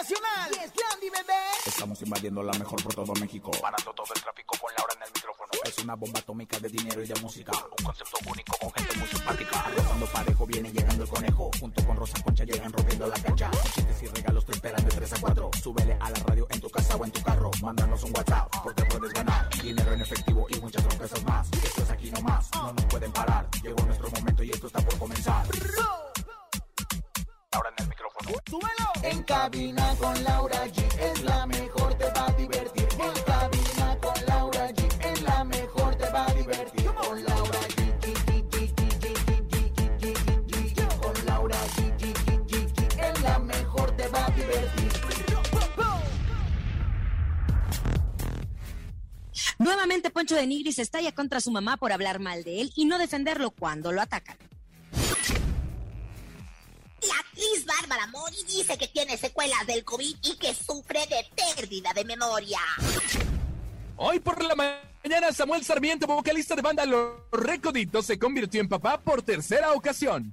nacional. Y es Landy, bebé. Estamos invadiendo la mejor por todo México, parando todo el tráfico con Laura en el micrófono. Es una bomba atómica de dinero y de música, un concepto único con gente muy simpática. Cuando parejo viene llegando el conejo, junto con Rosa Concha llegan rompiendo la cancha. Con chistes y regalos te esperan de 3 a 4. Súbele a la radio en tu casa o en tu carro. Mándanos un WhatsApp porque puedes ganar dinero en efectivo y muchas sorpresas más. Esto es aquí nomás, no nos pueden parar. Llegó nuestro momento y esto está por comenzar. Laura en el micrófono. ¡Súbelo! En cabina con Laura G es la mejor, te va a divertir. En cabina con Laura G es la mejor, te va a divertir. Con Laura G. Con Laura G es la mejor, te va a divertir. Nuevamente Poncho de Nigris estalla contra su mamá por hablar mal de él y no defenderlo cuando lo atacan. La actriz Bárbara Mori dice que tiene secuelas del COVID y que sufre de pérdida de memoria. Hoy por la mañana, Samuel Sarmiento, vocalista de banda Los Recoditos, se convirtió en papá por tercera ocasión.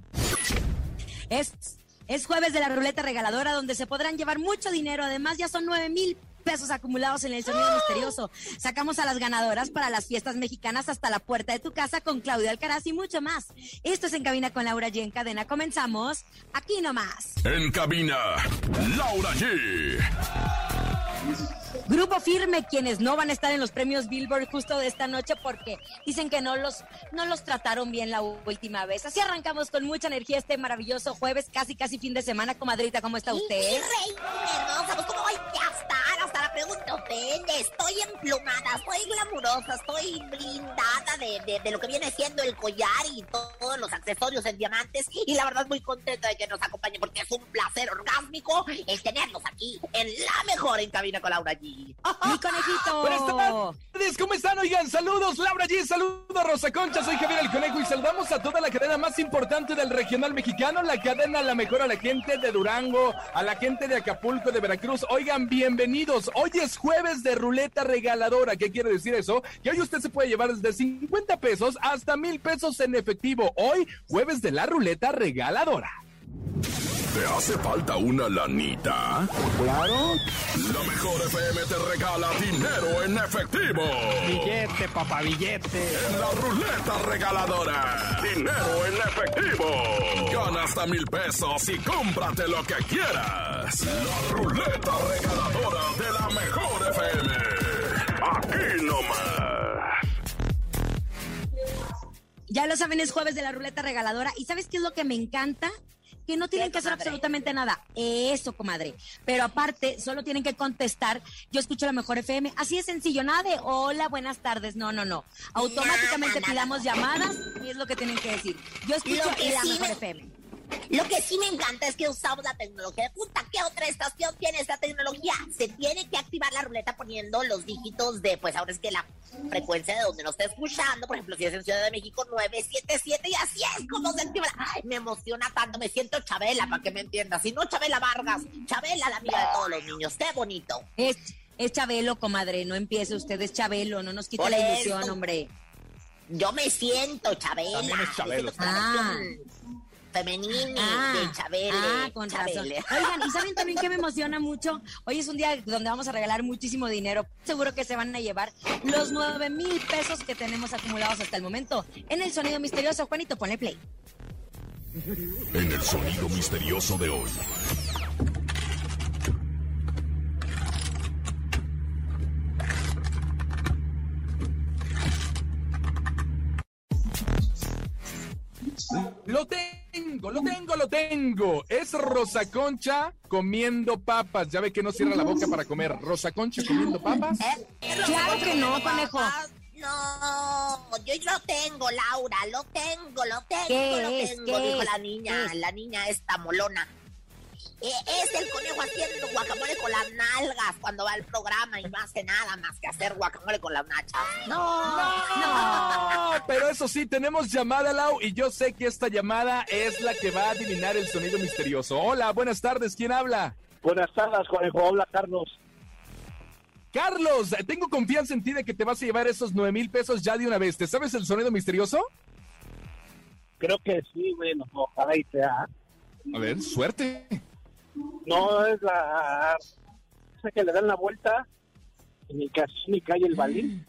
Es jueves de la ruleta regaladora donde se podrán llevar mucho dinero. Además, ya son 9,000 pesos acumulados en el sonido misterioso. Sacamos a las ganadoras para las fiestas mexicanas hasta la puerta de tu casa con Claudia Alcaraz y mucho más. Esto es En Cabina con Laura G. En cadena. Comenzamos aquí nomás. En cabina, Laura G. Grupo Firme, quienes no van a estar en los premios Billboard justo de esta noche porque dicen que no los trataron bien la última vez. Así arrancamos con mucha energía este maravilloso jueves, casi fin de semana. Comadrita, ¿cómo está usted? Mi reina hermosa, pues ¿cómo voy a estar? Hasta la pregunta ofende. Estoy emplumada, estoy glamurosa, estoy blindada de lo que viene siendo el collar y todos los accesorios en diamantes. Y la verdad muy contenta de que nos acompañen porque es un placer orgásmico el tenerlos aquí en la mejor En Cabina con Laura G. ¡Mi conejito! Buenas tardes, ¿cómo están? Oigan, saludos, Laura G, saludos, Rosa Concha, soy Javier el Conejo y saludamos a toda la cadena más importante del regional mexicano, la cadena La Mejor, a la gente de Durango, a la gente de Acapulco, de Veracruz. Oigan, bienvenidos. Hoy es jueves de ruleta regaladora. ¿Qué quiere decir eso? Que hoy usted se puede llevar desde 50 pesos hasta 1,000 pesos en efectivo. Hoy, jueves de la ruleta regaladora. ¿Te hace falta una lanita? Claro. La Mejor FM te regala dinero en efectivo. Billete, papá, billete. En la ruleta regaladora. Dinero en efectivo. Gana hasta 1,000 pesos y cómprate lo que quieras. La ruleta regaladora de la Mejor FM. Aquí nomás. Ya lo saben, es jueves de la ruleta regaladora. ¿Y sabes qué es lo que me encanta? Que no tienen que hacer absolutamente nada. Eso, comadre. Pero aparte, solo tienen que contestar. Yo escucho La Mejor FM. Así es sencillo. Nada de hola, buenas tardes. No. Automáticamente pidamos llamadas y es lo que tienen que decir. Yo escucho La Mejor FM. Lo que sí me encanta es que usamos la tecnología de punta. ¿Qué otra estación tiene esta tecnología? Se tiene que activar la ruleta poniendo los dígitos de, pues ahora es que la frecuencia de donde nos está escuchando. Por ejemplo, si es en Ciudad de México, 977, y así es como se activa. Ay, me emociona tanto, me siento Chabela, para que me entiendas. Si no, Chabela Vargas, Chabela, la amiga de todos los niños. ¡Qué bonito! Es Chabelo, comadre, no empiece usted, es Chabelo, no nos quite la ilusión, hombre. Yo me siento Chabela. También es Chabelo. Femenina de Chabele. Con razón. Oigan, ¿y saben también que me emociona mucho? Hoy es un día donde vamos a regalar muchísimo dinero. Seguro que se van a llevar los 9,000 pesos que tenemos acumulados hasta el momento en el sonido misterioso. Juanito, ponle play. En el sonido misterioso de hoy. Lo tengo. Es Rosa Concha comiendo papas. Ya ve que no cierra la boca para comer. Rosa Concha comiendo papas. Claro que no, conejo. No, yo lo tengo, Laura, lo tengo, dijo la niña esta molona. Es el conejo haciendo guacamole con las nalgas cuando va al programa y no hace nada más que hacer guacamole con las nachas. No, pero eso sí, tenemos llamada, Lau, y yo sé que esta llamada es la que va a adivinar el sonido misterioso. Hola, buenas tardes, ¿quién habla? Buenas tardes, conejo, habla Carlos. Carlos, tengo confianza en ti de que te vas a llevar esos 9,000 pesos ya de una vez. ¿Te sabes el sonido misterioso? Creo que sí, bueno, ojalá y sea. A ver, suerte. No es esa que le dan la vuelta y casi ni cae el balín.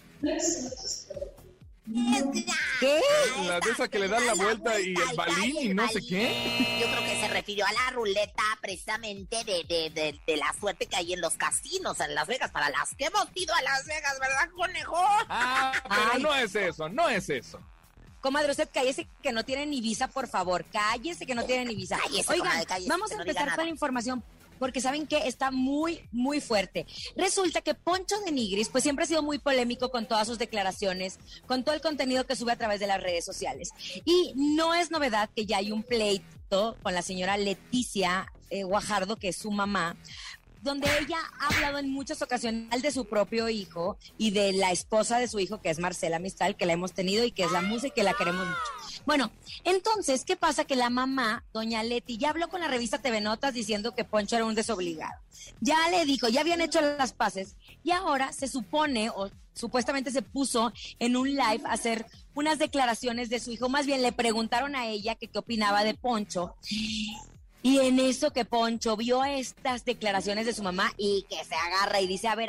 ¿Qué? La de esa que le dan la vuelta y el balín y no sé qué. Yo creo que se refirió a la ruleta precisamente de la suerte que hay en los casinos en Las Vegas, para las que hemos ido a Las Vegas, ¿verdad, conejo? Pero no es eso. Comadre, usted cállese que no tiene ni visa, por favor. Cállese que no tiene ni visa. Cállese, Oigan, comadre, cállese, vamos que a no diga empezar con la información, porque saben que está muy, muy fuerte. Resulta que Poncho de Nigris, pues siempre ha sido muy polémico con todas sus declaraciones, con todo el contenido que sube a través de las redes sociales. Y no es novedad que ya hay un pleito con la señora Leticia Guajardo, que es su mamá, donde ella ha hablado en muchas ocasiones de su propio hijo y de la esposa de su hijo, que es Marcela Mistral, que la hemos tenido y que es la musa y que la queremos mucho. Bueno, entonces, ¿qué pasa? Que la mamá, doña Leti, ya habló con la revista TV Notas diciendo que Poncho era un desobligado. Ya le dijo, ya habían hecho las paces y ahora se supone, o supuestamente se puso en un live a hacer unas declaraciones de su hijo. Más bien le preguntaron a ella que qué opinaba de Poncho. Y en eso que Poncho vio estas declaraciones de su mamá y que se agarra y dice, a ver.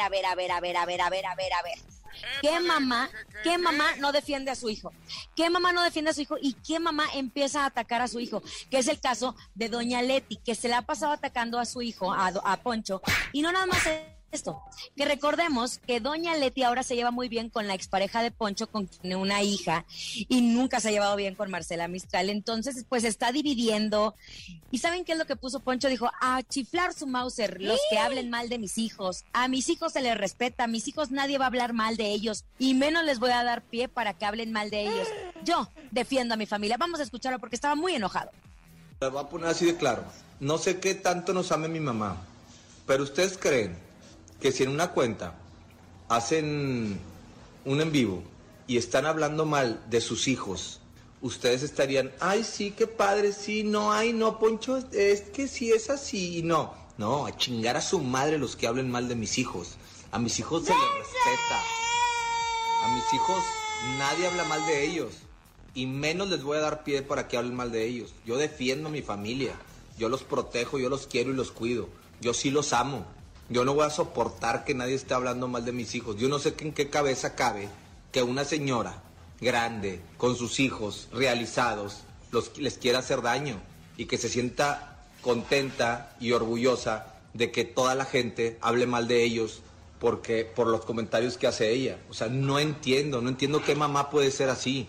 ¿Qué mamá no defiende a su hijo? ¿Qué mamá no defiende a su hijo? ¿Y qué mamá empieza a atacar a su hijo? Que es el caso de doña Leti, que se la ha pasado atacando a su hijo, a Poncho. Y no nada más esto, que recordemos que doña Leti ahora se lleva muy bien con la expareja de Poncho, con quien tiene una hija, y nunca se ha llevado bien con Marcela Mistral. Entonces, pues está dividiendo. ¿Y saben qué es lo que puso Poncho? Dijo, a chiflar su Mauser, los que hablen mal de mis hijos. A mis hijos se les respeta, a mis hijos nadie va a hablar mal de ellos, y menos les voy a dar pie para que hablen mal de ellos. Yo defiendo a mi familia. Vamos a escucharlo porque estaba muy enojado. La voy a poner así de claro. No sé qué tanto nos ame mi mamá, pero ¿ustedes creen que si en una cuenta hacen un en vivo y están hablando mal de sus hijos, ustedes estarían, ay, sí, qué padre, sí, no, ay, no, Poncho, es que sí es así, no, a chingar a su madre los que hablen mal de mis hijos. A mis hijos se les respeta, a mis hijos nadie habla mal de ellos, y menos les voy a dar pie para que hablen mal de ellos. Yo defiendo a mi familia, yo los protejo, yo los quiero y los cuido, yo sí los amo. Yo no voy a soportar que nadie esté hablando mal de mis hijos. Yo no sé en qué cabeza cabe que una señora grande, con sus hijos realizados, les quiera hacer daño y que se sienta contenta y orgullosa de que toda la gente hable mal de ellos por los comentarios que hace ella. O sea, no entiendo qué mamá puede ser así.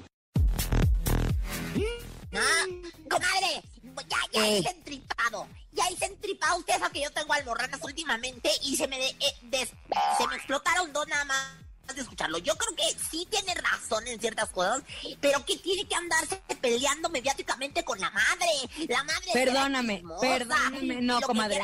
Comadre, ya hice entripado. Ya hice entripado. Ustedes saben que yo tengo almorranas últimamente y se me explotaron dos nada más de escucharlo. Yo creo que sí tiene razón en ciertas cosas, pero que tiene que andarse peleando mediáticamente con la madre. La madre. Perdóname. No, comadre,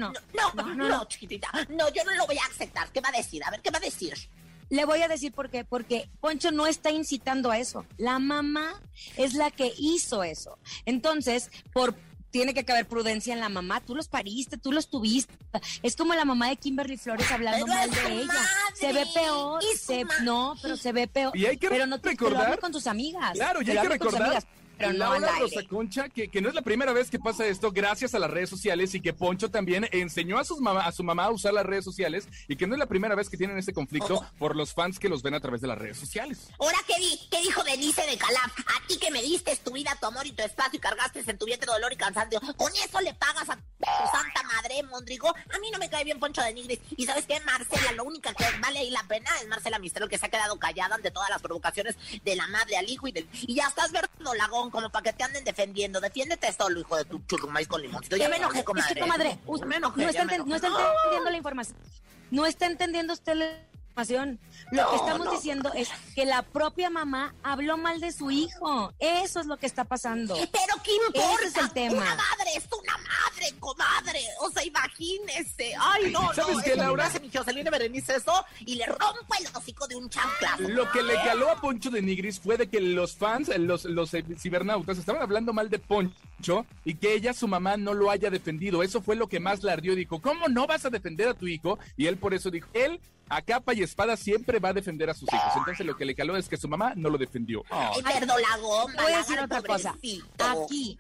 no, chiquitita. No, yo no lo voy a aceptar. ¿Qué va a decir? A ver, ¿qué va a decir? Le voy a decir por qué. Porque Poncho no está incitando a eso. La mamá es la que hizo eso. Entonces, tiene que haber prudencia en la mamá. Tú los pariste, tú los tuviste. Es como la mamá de Kimberly Flores hablando mal de ella. Madre. Se ve peor. Pero se ve peor. Y hay que pero no te recordar con tus amigas. Claro, y hay que recordar, pero no al aire. Rosa Concha, que no es la primera vez que pasa esto gracias a las redes sociales y que Poncho también enseñó a su mamá a usar las redes sociales y que no es la primera vez que tienen este conflicto por los fans que los ven a través de las redes sociales. Ahora, ¿qué dijo Denise de Calaf? A ti que me diste tu vida, tu amor y tu espacio y cargaste en tu vientre dolor y cansancio, ¿con eso le pagas a tu santa madre, Mondrigo? A mí no me cae bien Poncho de Nigris. Y ¿sabes qué, Marcela? Lo único que vale ahí la pena es Marcela Mistral, que se ha quedado callada ante todas las provocaciones de la madre al hijo y ya estás verdolagón como para que te anden defendiendo. Defiéndete solo, hijo de tu churrumais con limoncito. Ya me enojé, comadre. Es que, comadre, no está entendiendo la información. No está entendiendo usted la información. Lo que estamos diciendo es que la propia mamá habló mal de su hijo. Eso es lo que está pasando. Pero ¿qué importa? Ese es el tema. Una madre es una madre, comadre. O sea, imagínese. Ay, no, ¿sabes qué, Laura? Hace mi Jocelyn Berenice eso y le rompo el hocico de un chanclazo. Lo que le caló a Poncho de Nigris fue de que los fans, los cibernautas, estaban hablando mal de Poncho y que ella, su mamá, no lo haya defendido. Eso fue lo que más la ardió. Dijo, ¿cómo no vas a defender a tu hijo? Y él por eso dijo, él a capa y espada siempre va a defender a sus hijos. Entonces lo que le caló es que su mamá no lo defendió. Verdolagón. Voy a decir otra cosa.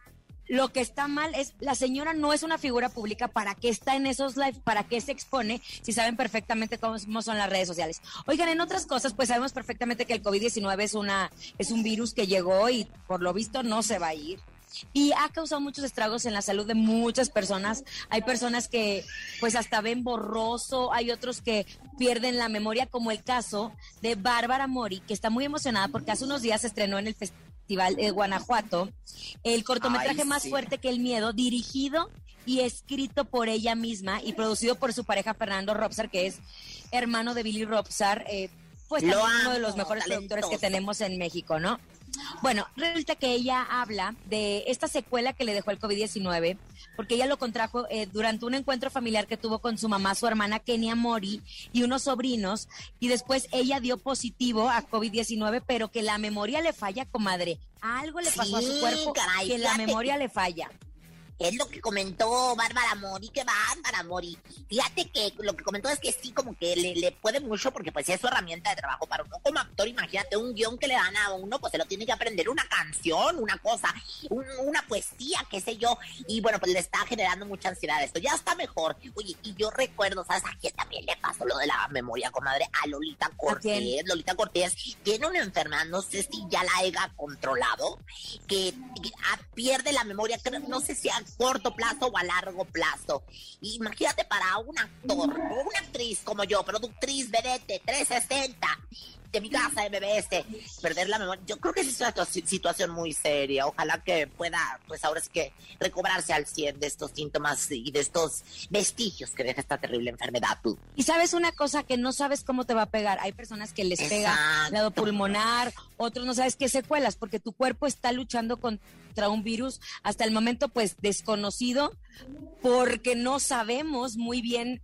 Lo que está mal es, la señora no es una figura pública, ¿para qué está en esos live? ¿Para qué se expone? Si saben perfectamente cómo son las redes sociales. Oigan, en otras cosas, pues sabemos perfectamente que el COVID-19 es un virus que llegó y por lo visto no se va a ir. Y ha causado muchos estragos en la salud de muchas personas. Hay personas que pues hasta ven borroso, hay otros que pierden la memoria, como el caso de Bárbara Mori, que está muy emocionada porque hace unos días se estrenó en el Festival de Guanajuato el cortometraje Más fuerte que el miedo, dirigido y escrito por ella misma y producido por su pareja Fernando Robsar, que es hermano de Billy Robsar, pues también uno de los mejores productores que tenemos en México, ¿no? Bueno, resulta que ella habla de esta secuela que le dejó el COVID-19, porque ella lo contrajo durante un encuentro familiar que tuvo con su mamá, su hermana Kenia Mori y unos sobrinos, y después ella dio positivo a COVID-19, pero que la memoria le falla, comadre. Algo le pasó a su cuerpo, caray, que la memoria le falla. Es lo que comentó Bárbara Mori, que Bárbara Mori. Fíjate que lo que comentó es que sí, como que le puede mucho, porque pues es su herramienta de trabajo para uno como actor. Imagínate un guión que le dan a uno, pues se lo tiene que aprender, una canción, una cosa, una poesía, qué sé yo. Y bueno, pues le está generando mucha ansiedad esto. Ya está mejor. Oye, y yo recuerdo, ¿sabes a quién también le pasó lo de la memoria, comadre? A Lolita Cortés. Lolita Cortés tiene una enfermedad, no sé si ya la haya controlado, que pierde la memoria, no sé si a corto plazo o a largo plazo. Imagínate para un actor o una actriz como yo, productriz, vedette, 360, de mi casa, MBS, perder la memoria. Yo creo que es una situación muy seria. Ojalá que pueda, pues ahora es que recobrarse al 100 de estos síntomas y de estos vestigios que deja esta terrible enfermedad. Tú. Y sabes una cosa, que no sabes cómo te va a pegar. Hay personas que les pega lado pulmonar, otros no sabes qué secuelas, porque tu cuerpo está luchando contra un virus hasta el momento pues desconocido, porque no sabemos muy bien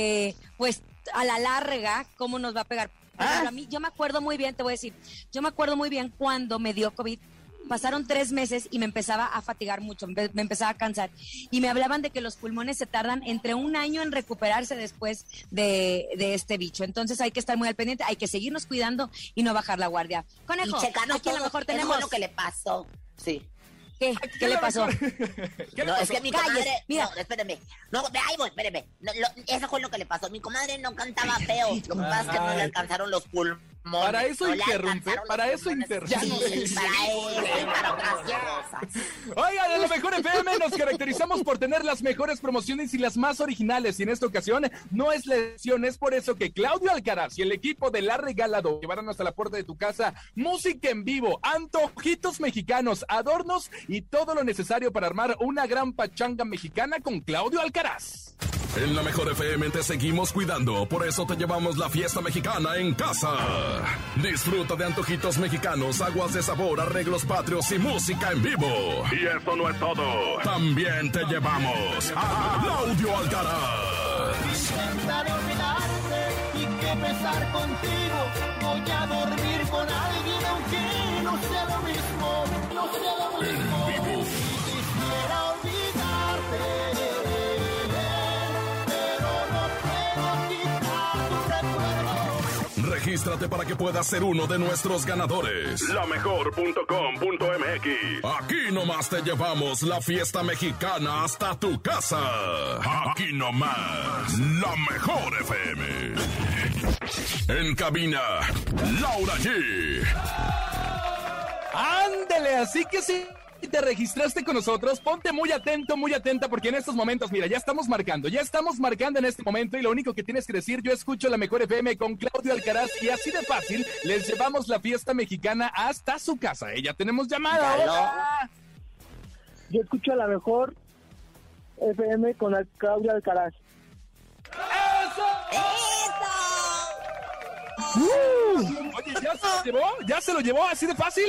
pues a la larga cómo nos va a pegar. A mí, yo me acuerdo muy bien, te voy a decir, yo me acuerdo muy bien cuando me dio COVID. Pasaron 3 meses y me empezaba a fatigar mucho, me empezaba a cansar. Y me hablaban de que los pulmones se tardan entre 1 año en recuperarse después de este bicho. Entonces hay que estar muy al pendiente, hay que seguirnos cuidando y no bajar la guardia. Conejo, y checarnos aquí a lo mejor tenemos lo que le pasó. Sí. ¿Qué le pasó? Es que mi comadre... Mira. No, espérame. No, ahí voy, espérame. Eso fue lo que le pasó. Mi comadre no cantaba feo. Lo que pasa es que no le alcanzaron los pulmones. Para eso interrumpe, para eso interrumpe. Sí, para otras cosas. Oigan, en la Mejor FM nos caracterizamos por tener las mejores promociones y las más originales. Y en esta ocasión no es la excepción. Es por eso que Claudio Alcaraz y el equipo de La Regaladora llevarán hasta la puerta de tu casa música en vivo, antojitos mexicanos, adornos y todo lo necesario para armar una gran pachanga mexicana con Claudio Alcaraz. En la Mejor FM te seguimos cuidando, por eso te llevamos la fiesta mexicana en casa. Disfruta de antojitos mexicanos, aguas de sabor, arreglos patrios y música en vivo. Y eso no es todo. También te llevamos a Claudio Alcaraz. Intentaré olvidarte y que pesar contigo. Voy a dormir con alguien aunque no sea lo mismo. No sea lo mismo. En vivo. Quisiera olvidarte. Regístrate para que puedas ser uno de nuestros ganadores. Lamejor.com.mx. Aquí nomás te llevamos la fiesta mexicana hasta tu casa. Aquí nomás, La Mejor FM. En cabina, Laura G. Ándele, así que sí. Si te registraste con nosotros, ponte muy atento, muy atenta, porque en estos momentos, mira, ya estamos marcando en este momento, y lo único que tienes que decir, yo escucho La Mejor FM con Claudio Alcaraz, y así de fácil, les llevamos la fiesta mexicana hasta su casa. Ya tenemos llamada. ¡Hola! Yo escucho La Mejor FM con Claudio Alcaraz. ¡Eso! Oye, ¿ya se lo llevó así de fácil?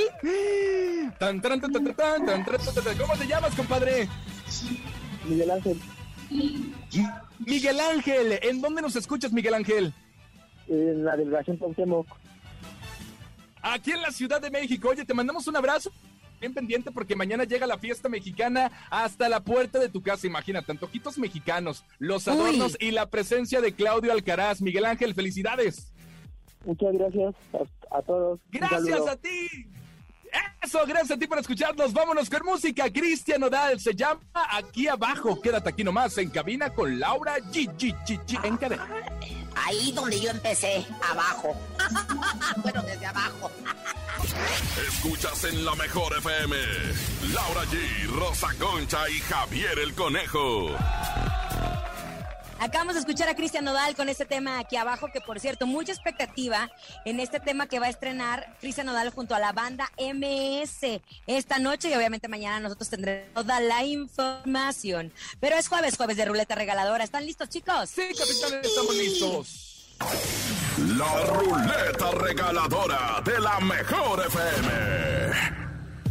¿Cómo te llamas, compadre? Miguel Ángel. Miguel Ángel, ¿en dónde nos escuchas, Miguel Ángel? En la delegación Cuauhtémoc. Aquí en la Ciudad de México. Oye, te mandamos un abrazo. Bien pendiente porque mañana llega la fiesta mexicana hasta la puerta de tu casa. Imagínate, antojitos mexicanos, los adornos y la presencia de Claudio Alcaraz. Miguel Ángel, felicidades. Muchas gracias a todos. Gracias a ti. Eso. abrazo, gracias a ti por escucharnos. Vámonos con música. Cristian Nodal se llama Aquí Abajo. Quédate aquí nomás en cabina con Laura G. En cadena. Ahí donde yo empecé, abajo. Bueno, desde abajo. Escuchas en la mejor FM. Laura G, Rosa Concha y Javier el Conejo. Acabamos de escuchar a Cristian Nodal con este tema Aquí Abajo, que por cierto, mucha expectativa en este tema que va a estrenar Cristian Nodal junto a la banda MS esta noche, y obviamente mañana nosotros tendremos toda la información. Pero es jueves de ruleta regaladora. ¿Están listos, chicos? Sí, capitanes, estamos listos. La ruleta regaladora de la mejor FM.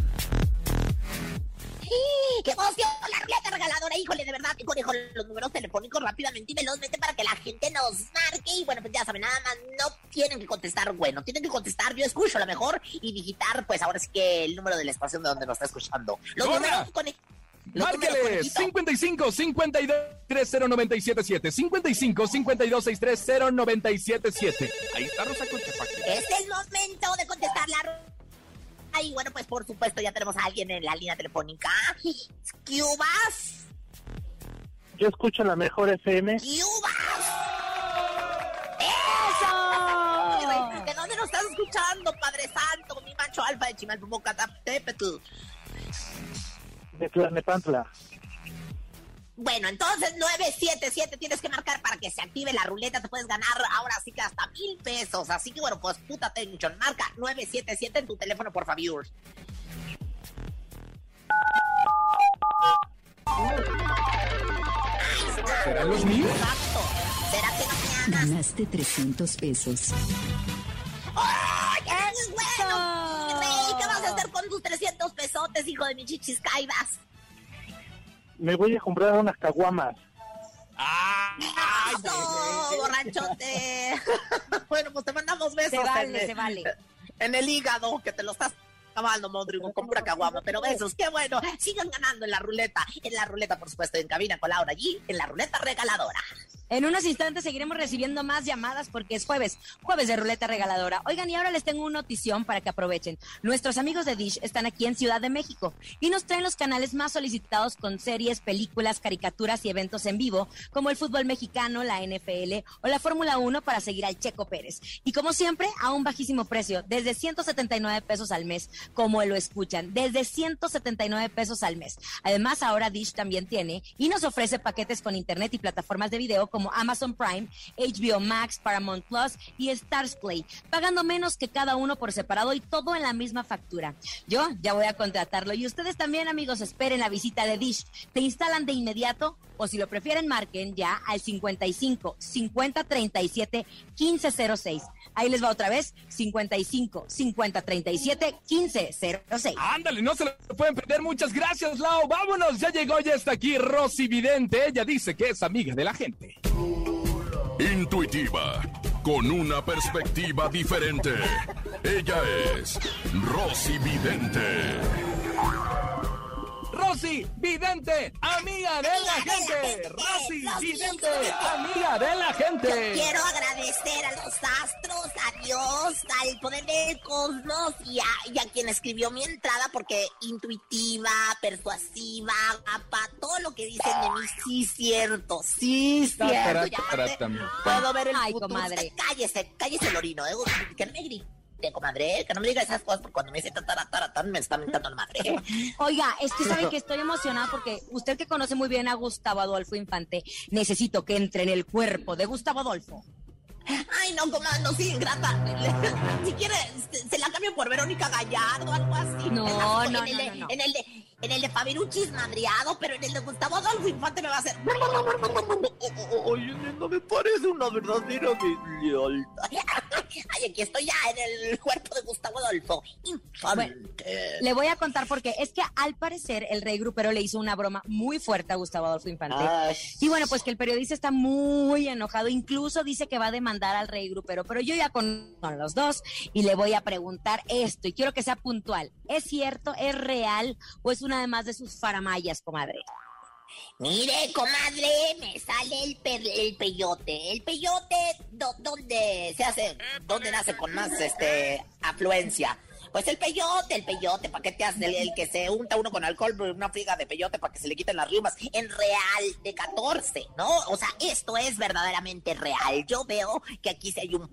¡Qué emoción! La ruleta regaladora, híjole, de verdad, Conejo, los números telefónicos rápidamente y velozmente para que la gente nos marque. Y bueno, pues ya saben, nada más no tienen que contestar, bueno, tienen que contestar, yo escucho a lo mejor, y digitar, pues ahora sí que el número de la estación de donde nos está escuchando. Los números, Conejo. Márquele 55 52 60 55 52 63 097. Ahí está Rosa Concha. Es el momento de contestar la ruleta. Y bueno, pues por supuesto ya tenemos a alguien en la línea telefónica. ¿Cubas? Yo escucho la mejor FM. ¡Cubas! ¡Eso! ¿De dónde nos estás escuchando, Padre Santo? Mi macho alfa de Chimalpumocatepetl. De Tlalnepantla. Bueno, entonces 977 tienes que marcar para que se active la ruleta. Te puedes ganar ahora sí que hasta 1,000 pesos. Así que bueno, pues puta atención. Marca 977 en tu teléfono, por favor. ¿Serán los míos? Exacto. ¿Será que no me amas? Ganaste 300 pesos. ¡Ay, qué bueno! Rey, ¿qué vas a hacer con tus 300 pesotes, hijo de mi chichis caídas? Me voy a comprar unas caguamas. ¡Ay, ¡No, borrachote! Bueno, pues te mandamos besos. Se vale. En el hígado, que te lo estás acabando, Mondrigo, con pura caguama. Pero besos, qué bueno. Sigan ganando en la ruleta. En la ruleta, por supuesto, en cabina con Laura G, en la ruleta regaladora. En unos instantes seguiremos recibiendo más llamadas porque es jueves de ruleta regaladora. Oigan, y ahora les tengo una notición para que aprovechen. Nuestros amigos de Dish están aquí en Ciudad de México y nos traen los canales más solicitados con series, películas, caricaturas y eventos en vivo, como el fútbol mexicano, la NFL o la Fórmula 1 para seguir al Checo Pérez. Y como siempre, a un bajísimo precio, desde 179 pesos al mes, como lo escuchan, desde 179 pesos al mes. Además, ahora Dish también tiene y nos ofrece paquetes con internet y plataformas de video como Amazon Prime, HBO Max, Paramount Plus y Stars Play, pagando menos que cada uno por separado y todo en la misma factura. Yo ya voy a contratarlo y ustedes también, amigos, esperen la visita de Dish. Te instalan de inmediato o si lo prefieren marquen ya al 55 50 37 1506. Ahí les va otra vez, 55 50 37 1506. Ándale, no se lo pueden perder. Muchas gracias, Lau. Vámonos, ya llegó, ya está aquí Rosy Vidente. Ella dice que es amiga de la gente. Intuitiva, con una perspectiva diferente. Ella es Rosy Vidente. Rosy Vidente, amiga de la gente. Rosy Vidente, amiga de la gente. Quiero agradecer a los astros, a Dios, al poder del cosmos y a quien escribió mi entrada, porque intuitiva, persuasiva, guapa, todo lo que dicen de mí, sí cierto, sí cierto. Puedo ver el futuro. Comadre. Cállese el orino, que no me grite. Comadre, que no me diga esas cosas porque cuando me dice taratán me está mentando la madre. Oiga, es que sabe que estoy emocionada porque usted que conoce muy bien a Gustavo Adolfo Infante, necesito que entre en el cuerpo de Gustavo Adolfo. Ay, no, comadre, no, sí, ingrata. Si quiere, se la cambio por Verónica Gallardo o algo así. No. En el de Fabiruchis madriado, pero en el de Gustavo Adolfo Infante me va a hacer... Oye, no me parece una verdadera lealtad. Ay, aquí estoy ya en el cuerpo de Gustavo Adolfo Infante. Bueno, le voy a contar porque es que al parecer el rey grupero le hizo una broma muy fuerte a Gustavo Adolfo Infante. Ay. Y bueno, pues que el periodista está muy enojado, incluso dice que va a demandar al rey grupero, pero yo ya con los dos y le voy a preguntar esto y quiero que sea puntual. ¿Es cierto, es real o es una de más de sus faramayas, comadre? Mire, comadre, me sale el peyote. El peyote, ¿dónde se hace? ¿Dónde nace con más afluencia? Pues el peyote, ¿para qué te haces el que se unta uno con alcohol, una friga de peyote para que se le quiten las riumas? En real, de 14, ¿no? O sea, esto es verdaderamente real. Yo veo que aquí sí hay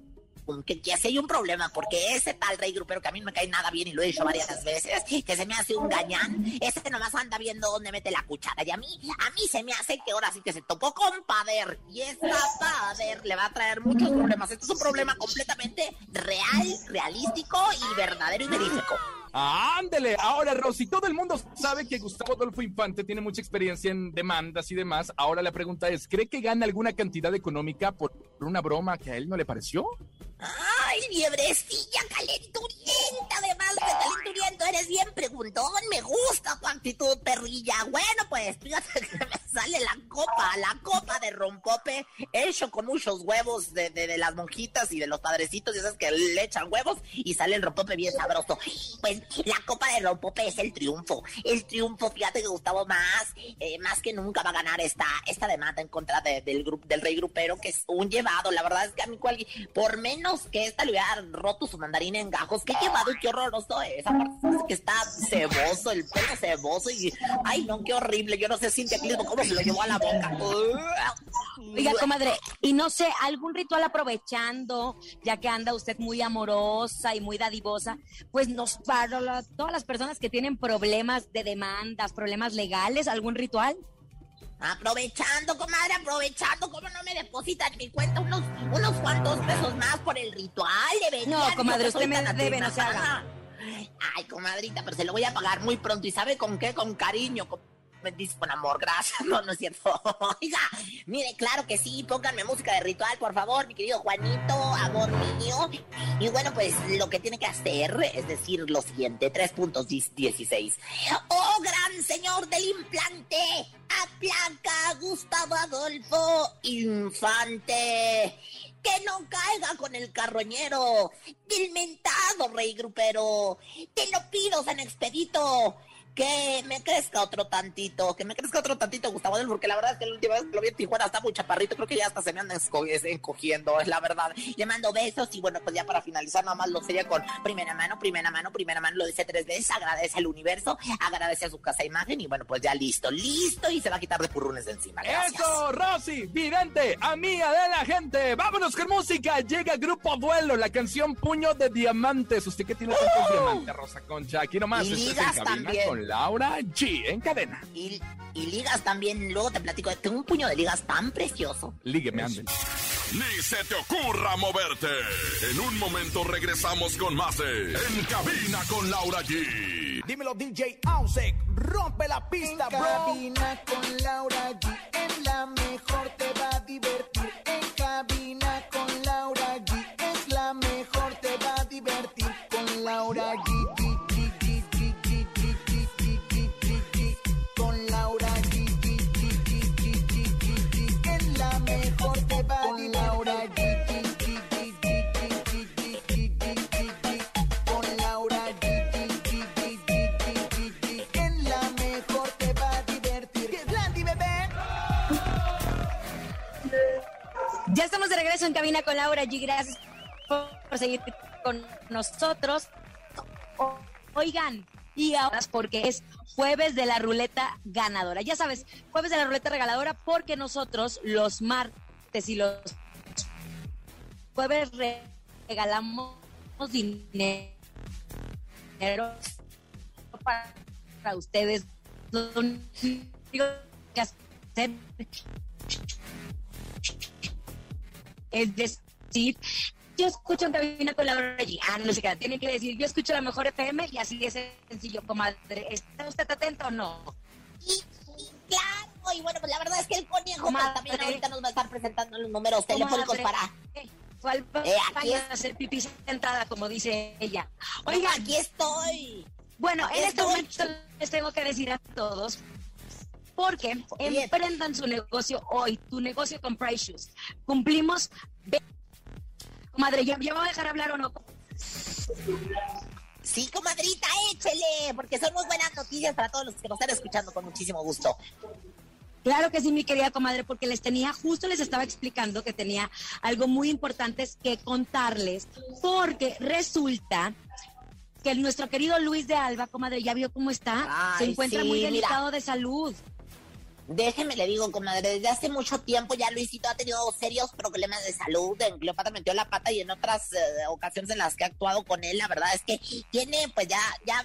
un problema, porque ese tal rey grupero que a mí no me cae nada bien y lo he dicho varias veces, que se me hace un gañán, ese nomás anda viendo dónde mete la cuchara, y a mí se me hace que ahora sí que se tocó con Pader, y esta Pader le va a traer muchos problemas. Esto es un problema completamente real, realístico y verdadero y verídico. ¡Ándele! Ahora, Rosy, todo el mundo sabe que Gustavo Adolfo Infante tiene mucha experiencia en demandas y demás. Ahora la pregunta es, ¿cree que gana alguna cantidad económica por una broma que a él no le pareció? ¡Ay, liebrecilla calenturienta! Además de calenturiento, eres bien preguntón. Me gusta tu actitud, perrilla. Bueno, pues, fíjate que me sale la copa de rompope, hecho con muchos huevos de las monjitas y de los padrecitos, y esas que le echan huevos, y sale el rompope bien sabroso. Pues, la copa de rompope es el triunfo. El triunfo, fíjate que Gustavo más que nunca va a ganar esta demanda en contra del rey grupero, que es un llevado. La verdad es que a mí por menos que esta le hubiera roto su mandarín en gajos. Qué llevado y qué horroroso es. Aparte que está ceboso, el pelo ceboso y... Ay, no, qué horrible. Yo no sé, Cintia Clismo, cómo se lo llevó a la boca. Oiga, comadre, y no sé, algún ritual aprovechando, ya que anda usted muy amorosa y muy dadivosa, pues para todas las personas que tienen problemas de demandas, problemas legales, ¿algún ritual? Aprovechando, comadre, ¿cómo no me depositan en mi cuenta unos cuantos pesos más por el ritual? No, comadre, usted me debe, no se haga. Ay, comadrita, pero se lo voy a pagar muy pronto. ¿Y sabe con qué? Con cariño, me dice con amor, gracias. No es cierto. Oiga, mire, claro que sí, pónganme música de ritual, por favor, mi querido Juanito, amor mío. Y bueno, pues lo que tiene que hacer es decir lo siguiente, 3.16. ¡Oh, gran señor del implante! ¡Aplaca, Gustavo Adolfo Infante! ¡Que no caiga con el carroñero! ¡El mentado rey grupero! ¡Te lo pido, San Expedito! Que me crezca otro tantito, Gustavo Adolfo, porque la verdad es que la última vez que lo vi en Tijuana está muy chaparrito, creo que ya hasta se me anda encogiendo, es la verdad. Le mando besos y bueno, pues ya para finalizar nada más lo sería con primera mano, lo dice 3 veces, agradece al universo, agradece a su casa imagen y bueno, pues ya listo, y se va a quitar de purrunes de encima. Gracias. ¡Eso, Rosy! ¡Vidente! ¡Amiga de la gente! ¡Vámonos con música! Llega Grupo Abuelo, la canción Puño de Diamantes. ¿Usted qué tiene tantos diamantes, Rosa Concha? Aquí nomás. Y ligas también. Con Laura G en cadena. Y ligas también, luego te platico, tengo un puño de ligas tan precioso. Lígueme, anden. Ni se te ocurra moverte. En un momento regresamos con más de En Cabina con Laura G. Dímelo, DJ Ausek, rompe la pista, en bro. Cabina con Laura G, en la mejor te va a divertir. En cabina con Laura G, es la mejor te va a divertir. Con Laura G. Ya estamos de regreso en Cabina con Laura G. Gracias por seguir con nosotros. Oigan, y ahora porque es jueves de la ruleta ganadora. Ya sabes, jueves de la ruleta regaladora porque nosotros los martes y los jueves regalamos dinero para ustedes. Lo único que hacer es decir, yo escucho en Cabina con Laura G. No sé qué, tienen que decir, yo escucho la mejor FM y así de sencillo, comadre. ¿Está usted atento o no? Y claro, y bueno, pues la verdad es que el conejo también ahorita nos va a estar presentando los números telefónicos para... ¿Cuál aquí es hacer pipí sentada, como dice ella? Oiga, aquí estoy. Bueno, en este momento les tengo que decir a todos, porque emprendan su negocio hoy, tu negocio con Price Shoes. Cumplimos... Comadre, ¿ya me va a dejar hablar o no? Sí, comadrita, échele, porque son muy buenas noticias para todos los que nos están escuchando con muchísimo gusto. Claro que sí, mi querida comadre, porque les estaba explicando que tenía algo muy importante que contarles, porque resulta que nuestro querido Luis de Alba, comadre, ya vio cómo está. Se encuentra muy delicado de salud. Déjeme le digo, comadre, desde hace mucho tiempo ya Luisito ha tenido serios problemas de salud. En Cleopatra metió la pata y en otras ocasiones en las que he actuado con él, la verdad es que tiene, pues ya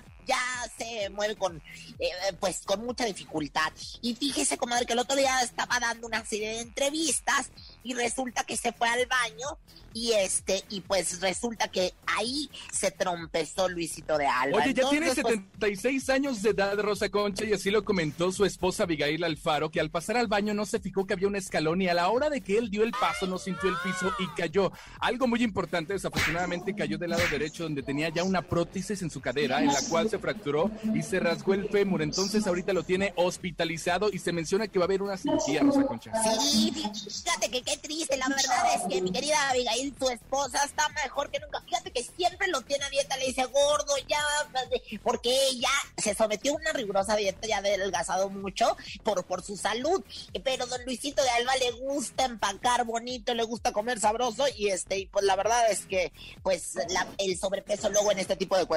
se mueve con mucha dificultad. Y fíjese, comadre, que el otro día estaba dando una serie de entrevistas y resulta que se fue al baño y pues resulta que ahí se trompezó Luisito de Alba. Oye, ya entonces, tiene 76 años de edad, Rosa Concha, y así lo comentó su esposa Abigail Alfaro, que al pasar al baño no se fijó que había un escalón y a la hora de que él dio el paso no sintió el piso y cayó. Algo muy importante, desafortunadamente cayó del lado derecho donde tenía ya una prótesis en su cadera, en la cual se fracturó y se rasgó el fémur. Entonces ahorita lo tiene hospitalizado y se menciona que va a haber una cirugía, Rosa Concha. Sí, fíjate que qué triste, la verdad es que mi querida Abigail, tu esposa, está mejor que nunca. Fíjate que siempre lo tiene a dieta, le dice gordo, ya, porque ella se sometió a una rigurosa dieta, ya ha adelgazado mucho por su salud, pero don Luisito de Alba le gusta empacar bonito, le gusta comer sabroso y pues la verdad es que pues el sobrepeso luego en este tipo de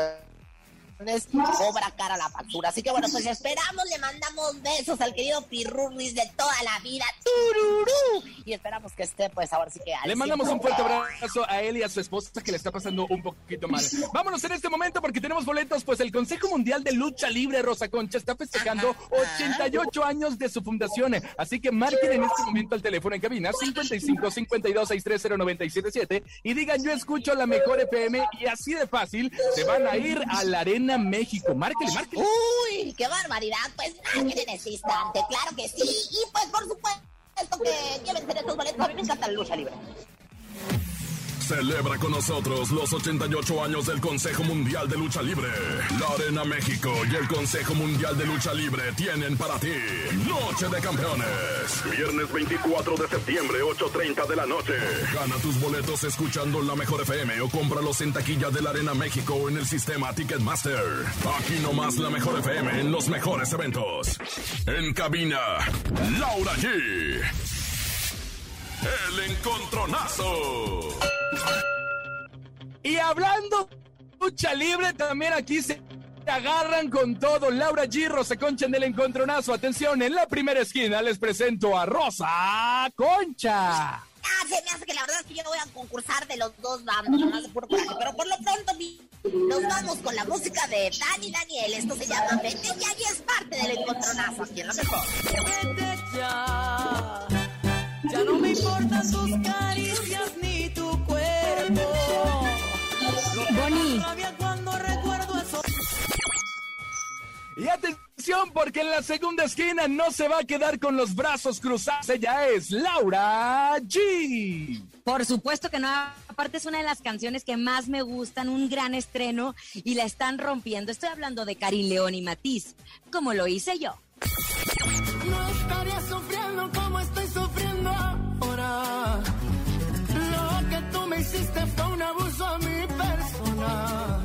cobra cara la factura. Así que bueno, pues esperamos, le mandamos besos al querido Pirurris de toda la vida, tururú, y esperamos que esté pues ahora sí que le mandamos un fuerte abrazo a él y a su esposa que le está pasando un poquito mal. Vámonos en este momento porque tenemos boletos, pues el Consejo Mundial de Lucha Libre, Rosa Concha, está festejando 88 años de su fundación, así que marquen en este momento al teléfono en cabina 55 52 630 977 y digan yo escucho la mejor FM y así de fácil se van a ir a la Arena México. Márquele. Uy, qué barbaridad. Pues marquen en este instante, claro que sí. Y pues por supuesto que llévense estos boletos. A mí me encanta la lucha libre. Celebra con nosotros los 88 años del Consejo Mundial de Lucha Libre. La Arena México y el Consejo Mundial de Lucha Libre tienen para ti Noche de Campeones. Viernes 24 de septiembre, 8:30 de la noche. Gana tus boletos escuchando la mejor FM o cómpralos en taquilla de la Arena México o en el sistema Ticketmaster. Aquí nomás la mejor FM en los mejores eventos. En cabina, Laura G. El Encontronazo. Y hablando de lucha libre, también aquí se agarran con todo. Laura G, Rosa Concha en el Encontronazo. Atención, en la primera esquina les presento a Rosa Concha. Se me hace que la verdad es que yo no voy a concursar de los dos bandos, nomás de puro coraje. Pero por lo pronto nos vamos con la música de Dani Daniel. Esto se llama Vete Ya y es parte del Encontronazo aquí en la mejor. Vete ya, ya no me importan tus caricias ni tu cuerpo. Boni. Y atención, porque en la segunda esquina no se va a quedar con los brazos cruzados. Ella es Laura G. Por supuesto que no, aparte es una de las canciones que más me gustan, un gran estreno y la están rompiendo. Estoy hablando de Karin León y Matiz, como lo hice yo. No estaría sufriendo como estoy sufriendo ahora. Lo que tú me hiciste fue un abuso a mi persona.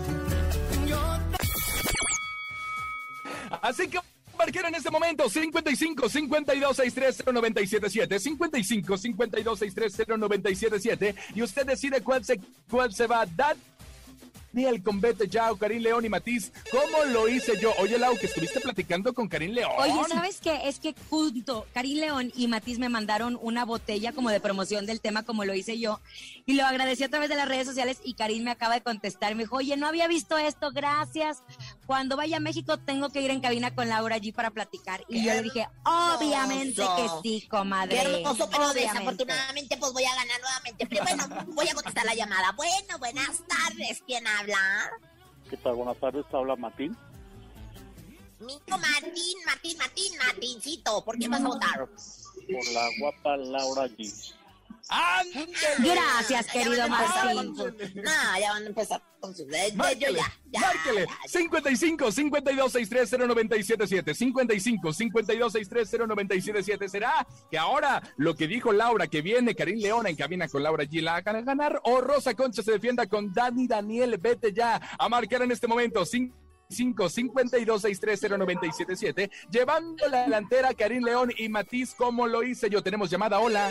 Así que marquen en este momento 55 52 630 977 55 52 630 977 y usted decide cuál se va a dar. Daniel con Vete Ya, Karin León y Matiz, ¿cómo lo hice yo? Oye, Lau, que estuviste platicando con Karin León. Oye, ¿sabes qué? Es que junto Karin León y Matiz me mandaron una botella como de promoción del tema, como lo hice yo, y lo agradecí a través de las redes sociales y Karin me acaba de contestar, me dijo, oye, no había visto esto, gracias. Cuando vaya a México tengo que ir en cabina con Laura G para platicar. Y yo le dije, obviamente que sí, comadre. Qué hermoso, pero desafortunadamente pues voy a ganar nuevamente. Pero bueno, voy a contestar la llamada. Bueno, buenas tardes, ¿quién habla? ¿Qué tal? Buenas tardes, habla Martín. Mico Martincito, ¿por qué vas a votar? Por la guapa Laura G. Gracias, querido Martín. No, ya van a empezar con sus... Márquele. 55 52 630 977 55 52 630 977. ¿Será que ahora lo que dijo Laura, que viene Karin León en cabina con Laura G, la hagan ganar? ¿O Rosa Concha se defienda con Dani Daniel? Vete ya a marcar en este momento 55 52 630 977, llevando la delantera Karin León y Matiz, como lo hice yo. Tenemos llamada, hola.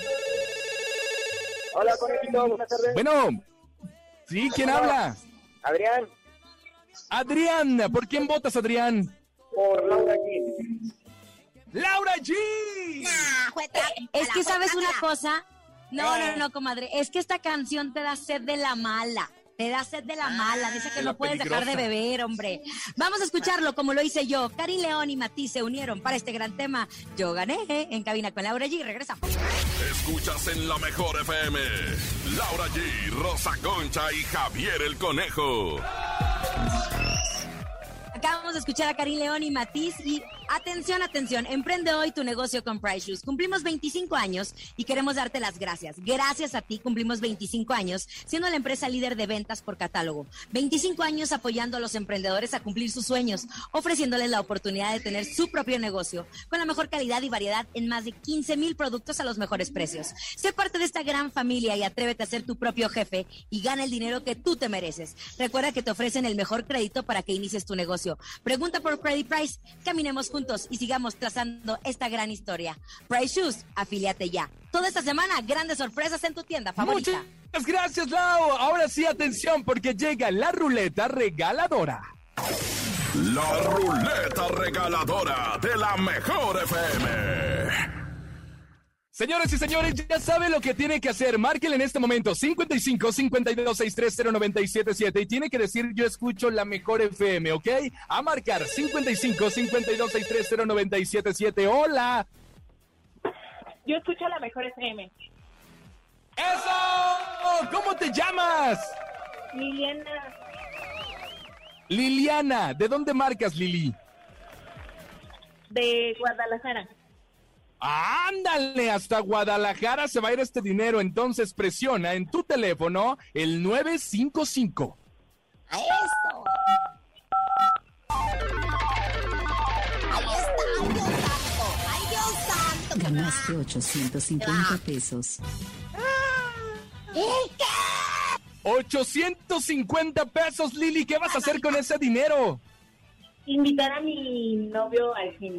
Hola, conejito, buenas tardes. Bueno, sí, ¿quién habla? Adrián. Adrián, ¿por quién votas, Adrián? Por Laura G. ¡Laura G! Es que sabes una cosa. No, comadre. Es que esta canción te da sed de la mala. Te da sed de la mala, dice que no puedes dejar de beber, hombre. Vamos a escucharlo como lo hice yo. Karin León y Matiz se unieron para este gran tema. Yo gané en Cabina con Laura G. Regresamos. Escuchas en la mejor FM. Laura G, Rosa Concha y Javier el Conejo. Acabamos de escuchar a Karin León y Matiz y atención, emprende hoy tu negocio con Price Shoes. Cumplimos 25 años y queremos darte las gracias. Gracias a ti cumplimos 25 años siendo la empresa líder de ventas por catálogo. 25 años apoyando a los emprendedores a cumplir sus sueños, ofreciéndoles la oportunidad de tener su propio negocio con la mejor calidad y variedad en más de 15,000 productos a los mejores precios. Sé parte de esta gran familia y atrévete a ser tu propio jefe y gana el dinero que tú te mereces. Recuerda que te ofrecen el mejor crédito para que inicies tu negocio. Pregunta por Credit Price, caminemos juntos y sigamos trazando esta gran historia. Price Shoes, afíliate ya. Toda esta semana, grandes sorpresas en tu tienda favorita. Muchas gracias, Lau. Ahora sí, atención, porque llega la ruleta regaladora. La ruleta regaladora de la mejor FM. Señores y señores, ya saben lo que tiene que hacer. Márquenle en este momento 55 52 630 977 y tiene que decir yo escucho la mejor FM, ¿ok? A marcar 55 52 630 977. Hola. Yo escucho la mejor FM. ¡Eso! ¿Cómo te llamas? Liliana. Liliana, ¿de dónde marcas, Lili? De Guadalajara. ¡Ándale! Hasta Guadalajara se va a ir este dinero. Entonces presiona en tu teléfono el 955. ¡A eso! ¡Ahí está! ¡Ay, Dios santo! Ganaste 850 pesos. ¿Qué? 850 pesos, Lili. ¿Qué vas a hacer con ese dinero? Invitar a mi novio al cine.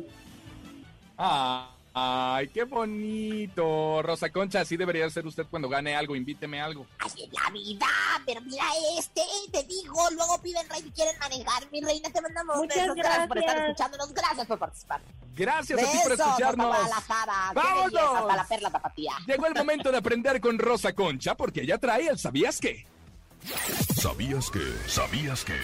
Ay, qué bonito. Rosa Concha, así debería ser usted cuando gane algo. Invíteme algo. Así es la vida, pero mira te digo, luego piden rey y quieren manejar. Mi reina, te mandamos muchas gracias por estar escuchándonos, gracias por participar. Gracias a ti por escucharnos. ¡Vámonos! Hasta la Perla Tapatía. Llegó el momento de aprender con Rosa Concha, porque ella trae el ¿sabías qué? ¿Sabías qué? ¿Sabías qué?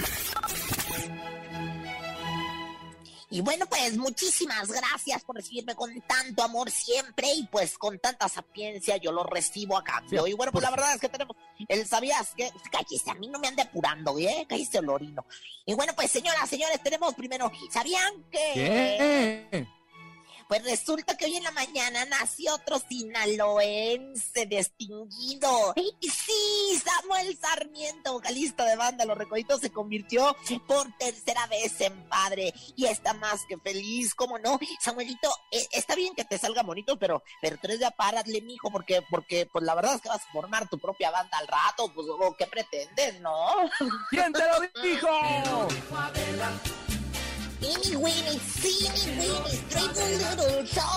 Y bueno, pues muchísimas gracias por recibirme con tanto amor siempre y pues con tanta sapiencia yo lo recibo a cambio. Y bueno, pues la verdad es que tenemos el ¿sabías qué? Cállese, a mí no me ande apurando, cállese, olorino. Y bueno, pues señoras, señores, tenemos primero, ¿sabían que? ¿Qué? Pues resulta que hoy en la mañana nació otro sinaloense distinguido. Y sí, Samuel Sarmiento, vocalista de banda Los Recoditos, se convirtió por tercera vez en padre. Y está más que feliz, ¿cómo no? Samuelito, está bien que te salga bonito, pero tú eres ya párale, mijo, porque pues la verdad es que vas a formar tu propia banda al rato, pues ¿qué pretendes, no? ¿Quién te lo dijo? Teeny weeny, teeny weeny, straight a little shop.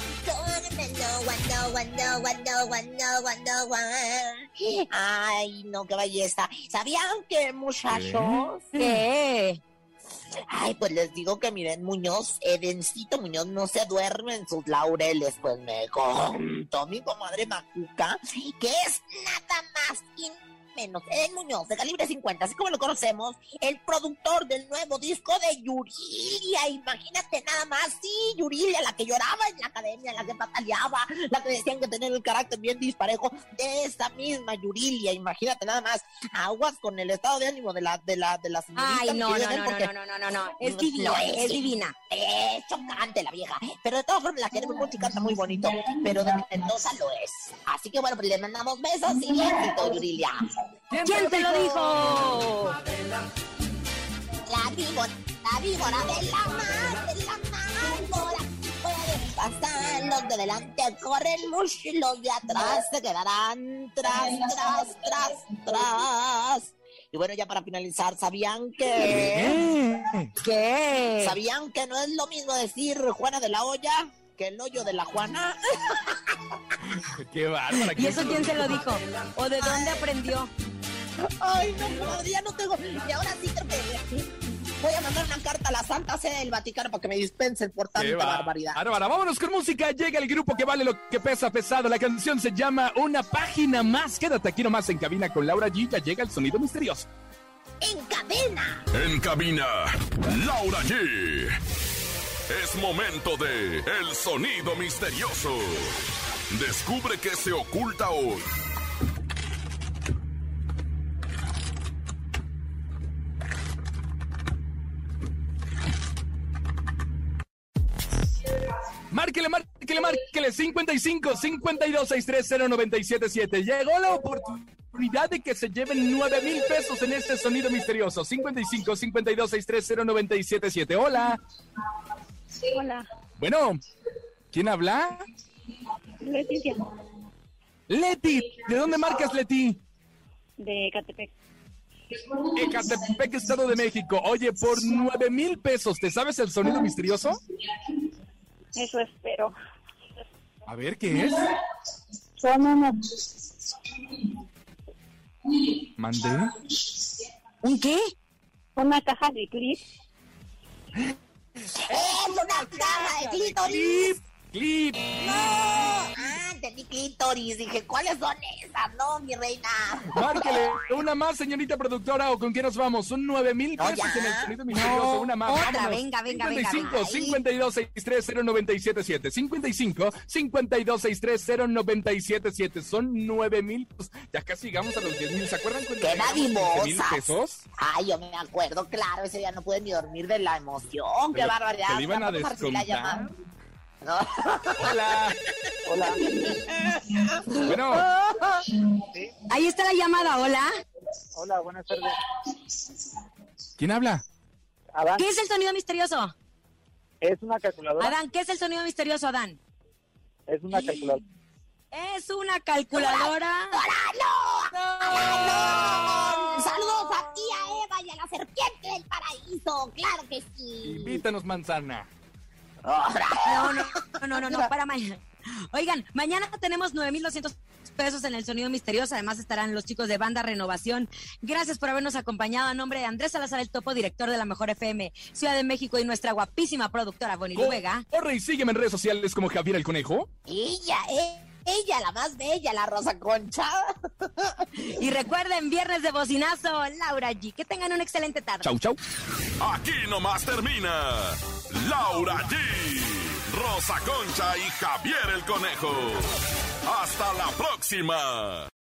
Ay, no, qué belleza. ¿Sabían que, muchachos? ¿Qué? Ay, pues les digo que miren, Muñoz, Edencito Muñoz no se duerme en sus laureles. Pues me contó mi comadre Macuca que es nada más menos Eden Muñoz, de Calibre 50, así como lo conocemos, el productor del nuevo disco de Yuridia. Imagínate nada más, sí, Yuridia, la que lloraba en la academia, la que pataleaba, la que decían que tenía el carácter bien disparejo, de esa misma Yuridia. Imagínate nada más, aguas con el estado de ánimo de la señorita. Ay, no, es divina, es divina. Es chocante la vieja, pero de todas formas la queremos mucho y canta muy bonito, pero de Mendoza lo es. Así que bueno, pues le mandamos besos y éxito, Yuridia. ¿Quién te lo dijo? La víbora de la mar, pueden pasar, los de delante corren mucho y los de atrás se quedarán tras. Y bueno, ya para finalizar, ¿sabían que? ¿Qué? ¿Sabían que no es lo mismo decir Juana de la Olla que el hoyo de la Juana? ¡Qué bárbara! ¿Y eso quién se lo dijo? ¿O de dónde aprendió? Ay, no, ya no tengo. Y ahora sí creo que Voy a mandar una carta a la Santa Sede del Vaticano para que me dispensen por tanta barbaridad. Bárbara, vámonos con música. Llega el grupo que vale lo que pesa pesado. La canción se llama Una Página Más. Quédate aquí nomás en cabina con Laura G. Ya llega el sonido misterioso. En cabina. En cabina, Laura G. Es momento de El Sonido Misterioso. Descubre qué se oculta hoy. Márquele 55 52 630 977. Llegó la oportunidad de que se lleven 9,000 pesos en este sonido misterioso. 55 52 630 977. Hola. Sí, hola. Bueno, ¿quién habla? Leticia. Leti, ¿de dónde marcas, Leti? De Ecatepec. Ecatepec, Estado de México. Oye, por 9,000 pesos, ¿te sabes el sonido misterioso? Eso espero. A ver, ¿qué es? Son unos... ¿Mandé? ¿Un qué? Una caja de clip. ¡Es una caja de clítoris! ¡Clip! ¡No! Entendí clítoris. Dije, ¿cuáles son esas? No, mi reina. Márquele una más, señorita productora, ¿o con quién nos vamos? Son 9,000 pesos en el sonido misterioso. Una más, otra, vámonos. venga. 55 52 630 977. 55 52 630 977. Son 9,000. Pues, ya casi llegamos a los 10,000. ¿Se acuerdan cuando ¡Qué llegamos a 10,000 dadivosas! pesos? Ay, yo me acuerdo, claro. Ese día no pude ni dormir de la emoción. ¡Qué barbaridad! Te le iban a ¿Vamos recibir la descontar. llamada? No. Hola. Hola. Bueno. ¿Sí? Ahí está la llamada, hola. Hola, buenas tardes. ¿Quién habla? Adán, ¿Qué es el sonido misterioso? ¿es una calculadora? Adán, ¿qué es el sonido misterioso, Adán? Es una calculadora. Es una calculadora. ¡No! Saludos a tía Eva y a la serpiente del paraíso. Claro que sí. Invítanos, manzana. No, para mañana. Oigan, mañana tenemos 9,200 pesos en el sonido misterioso. Además estarán los chicos de Banda Renovación. Gracias por habernos acompañado. A nombre de Andrés Salazar el Topo, director de la Mejor FM Ciudad de México, y nuestra guapísima productora Bonnie Vega. Corre y sígueme en redes sociales como Javier el Conejo. Ella, la más bella, la Rosa Concha. Y recuerden, viernes de bocinazo, Laura G. Que tengan una excelente tarde. Chau, chau. Aquí nomás termina Laura G, Rosa Concha y Javier el Conejo. Hasta la próxima.